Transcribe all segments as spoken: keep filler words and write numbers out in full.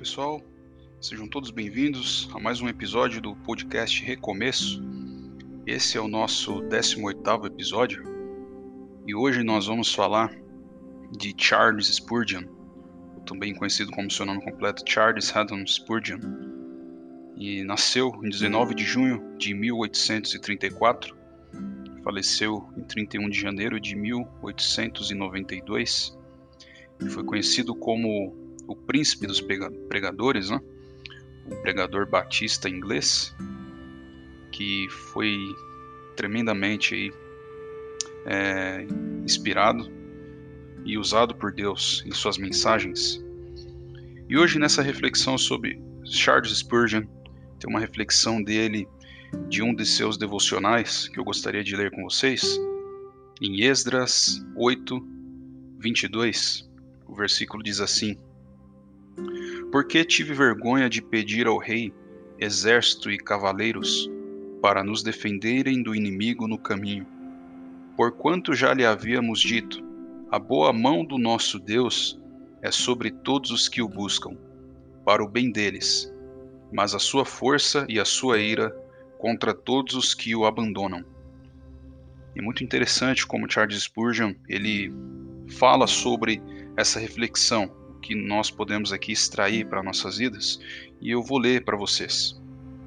pessoal, sejam todos bem-vindos a mais um episódio do podcast Recomeço. Esse é o nosso décimo oitavo episódio e hoje nós vamos falar de Charles Spurgeon, também conhecido como seu nome completo, Charles Haddon Spurgeon, e nasceu em dezenove de junho de mil oitocentos e trinta e quatro, faleceu em trinta e um de janeiro de mil oitocentos e noventa e dois e foi conhecido como o príncipe dos pregadores, né? Um pregador batista inglês que foi tremendamente aí, é, inspirado e usado por Deus em suas mensagens. E hoje, nessa reflexão sobre Charles Spurgeon, tem uma reflexão dele de um de seus devocionais que eu gostaria de ler com vocês, em Esdras oito, vinte e dois. O versículo diz assim: Porque tive vergonha de pedir ao rei exército e cavaleiros para nos defenderem do inimigo no caminho, porquanto já lhe havíamos dito: a boa mão do nosso Deus é sobre todos os que o buscam, para o bem deles, mas a sua força e a sua ira contra todos os que o abandonam. É muito interessante como Charles Spurgeon ele fala sobre essa reflexão que nós podemos aqui extrair para nossas vidas, e eu vou ler para vocês.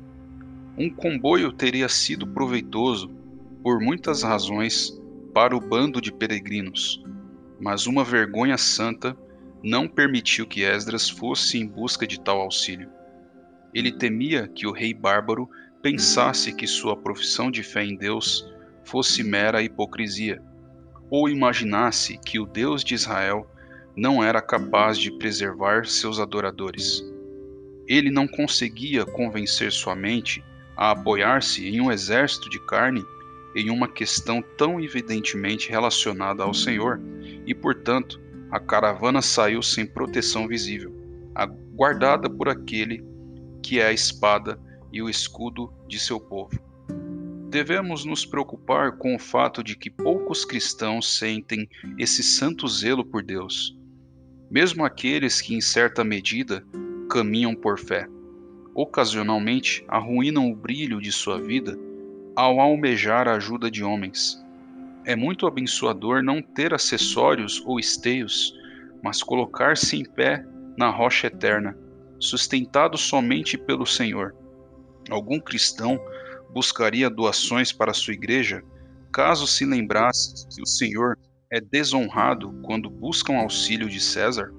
Um comboio teria sido proveitoso por muitas razões para o bando de peregrinos, mas uma vergonha santa não permitiu que Esdras fosse em busca de tal auxílio. Ele temia que o rei bárbaro pensasse que sua profissão de fé em Deus fosse mera hipocrisia, ou imaginasse que o Deus de Israel não era capaz de preservar seus adoradores. Ele não conseguia convencer sua mente a apoiar-se em um exército de carne em uma questão tão evidentemente relacionada ao Senhor, e, portanto, a caravana saiu sem proteção visível, guardada por aquele que é a espada e o escudo de seu povo. Devemos nos preocupar com o fato de que poucos cristãos sentem esse santo zelo por Deus, mesmo aqueles que, em certa medida, caminham por fé. Ocasionalmente, arruinam o brilho de sua vida ao almejar a ajuda de homens. É muito abençoador não ter acessórios ou esteios, mas colocar-se em pé na rocha eterna, sustentado somente pelo Senhor. Algum cristão buscaria doações para sua igreja, caso se lembrasse que o Senhor é desonrado quando buscam auxílio de César?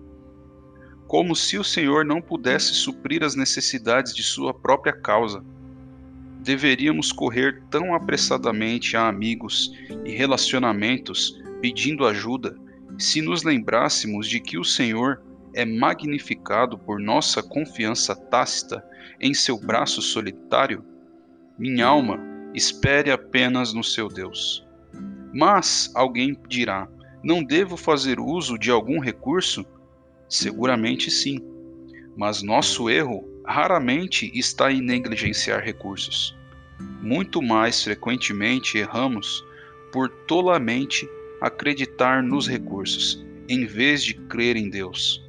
Como se o Senhor não pudesse suprir as necessidades de sua própria causa. Deveríamos correr tão apressadamente a amigos e relacionamentos pedindo ajuda, se nos lembrássemos de que o Senhor é magnificado por nossa confiança tácita em seu braço solitário? Minha alma, espere apenas no seu Deus. Mas alguém dirá: não devo fazer uso de algum recurso? Seguramente sim, mas nosso erro raramente está em negligenciar recursos. Muito mais frequentemente erramos por tolamente acreditar nos recursos, em vez de crer em Deus.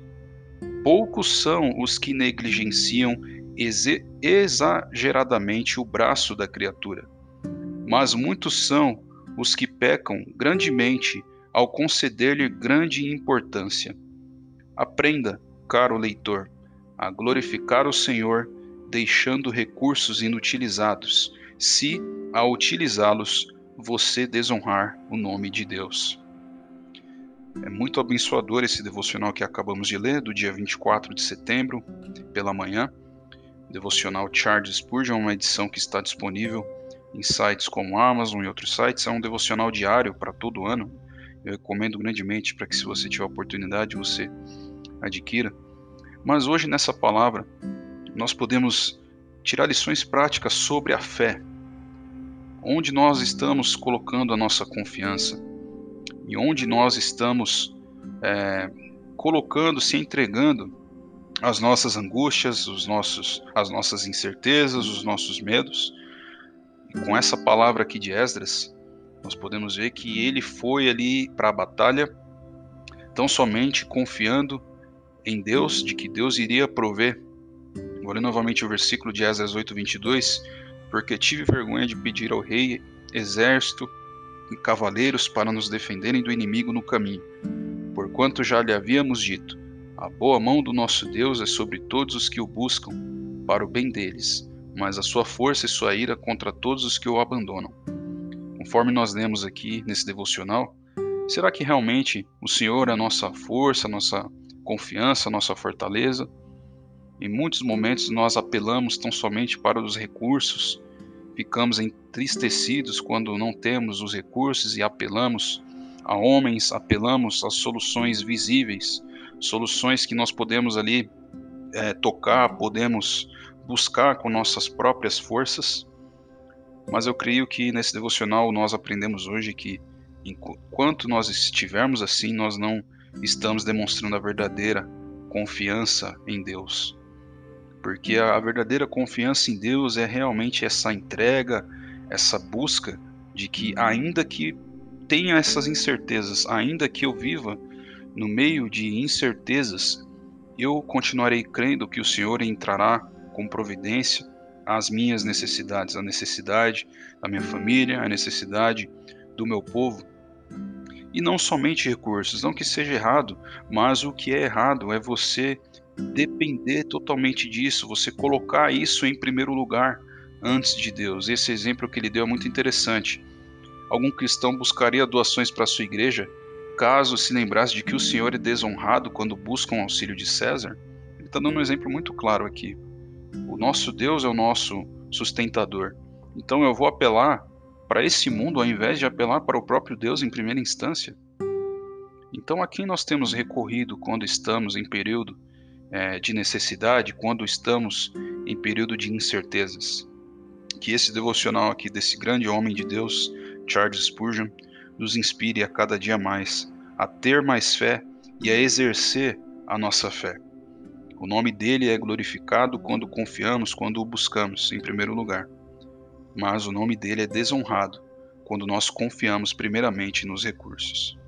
Poucos são os que negligenciam exageradamente o braço da criatura, mas muitos são os que pecam grandemente ao conceder-lhe grande importância. Aprenda, caro leitor, a glorificar o Senhor, deixando recursos inutilizados, se, ao utilizá-los, você desonrar o nome de Deus. É muito abençoador esse devocional que acabamos de ler, do dia vinte e quatro de setembro, pela manhã. Devocional Charles Spurgeon, uma edição que está disponível em sites como Amazon e outros sites. É um devocional diário para todo ano. Eu recomendo grandemente para que, se você tiver oportunidade, você adquira. Mas hoje, nessa palavra, nós podemos tirar lições práticas sobre a fé, onde nós estamos colocando a nossa confiança e onde nós estamos é, colocando, se entregando as nossas angústias, os nossos, as nossas incertezas, os nossos medos. E com essa palavra aqui de Esdras, nós podemos ver que ele foi ali para a batalha tão somente confiando em Deus, de que Deus iria prover. Vou ler novamente o versículo de Esdras oito, vinte e dois. Porque tive vergonha de pedir ao rei exército e cavaleiros para nos defenderem do inimigo no caminho, porquanto já lhe havíamos dito: a boa mão do nosso Deus é sobre todos os que o buscam, para o bem deles, mas a sua força e sua ira contra todos os que o abandonam. Conforme nós lemos aqui nesse devocional, será que realmente o Senhor é a nossa força, a nossa confiança, a nossa fortaleza? Em muitos momentos nós apelamos tão somente para os recursos, ficamos entristecidos quando não temos os recursos e apelamos a homens, apelamos a soluções visíveis, soluções que nós podemos ali é, tocar, podemos buscar com nossas próprias forças. Mas eu creio que nesse devocional nós aprendemos hoje que enquanto nós estivermos assim, nós não estamos demonstrando a verdadeira confiança em Deus. Porque a verdadeira confiança em Deus é realmente essa entrega, essa busca de que, ainda que tenha essas incertezas, ainda que eu viva no meio de incertezas, eu continuarei crendo que o Senhor entrará com providência às minhas necessidades, a necessidade da minha família, a necessidade do meu povo. E não somente recursos, não que seja errado, mas o que é errado é você depender totalmente disso, você colocar isso em primeiro lugar antes de Deus. Esse exemplo que ele deu é muito interessante. Algum cristão buscaria doações para a sua igreja caso se lembrasse de que o Senhor é desonrado quando busca um auxílio de César? Ele está dando um exemplo muito claro aqui. O nosso Deus é o nosso sustentador. Então eu vou apelar para esse mundo ao invés de apelar para o próprio Deus em primeira instância? Então a quem nós temos recorrido quando estamos em período é, de necessidade, quando estamos em período de incertezas? Que esse devocional aqui desse grande homem de Deus, Charles Spurgeon, nos inspire a cada dia mais a ter mais fé e a exercer a nossa fé. O nome dele é glorificado quando confiamos, quando o buscamos em primeiro lugar. Mas o nome dele é desonrado quando nós confiamos primeiramente nos recursos.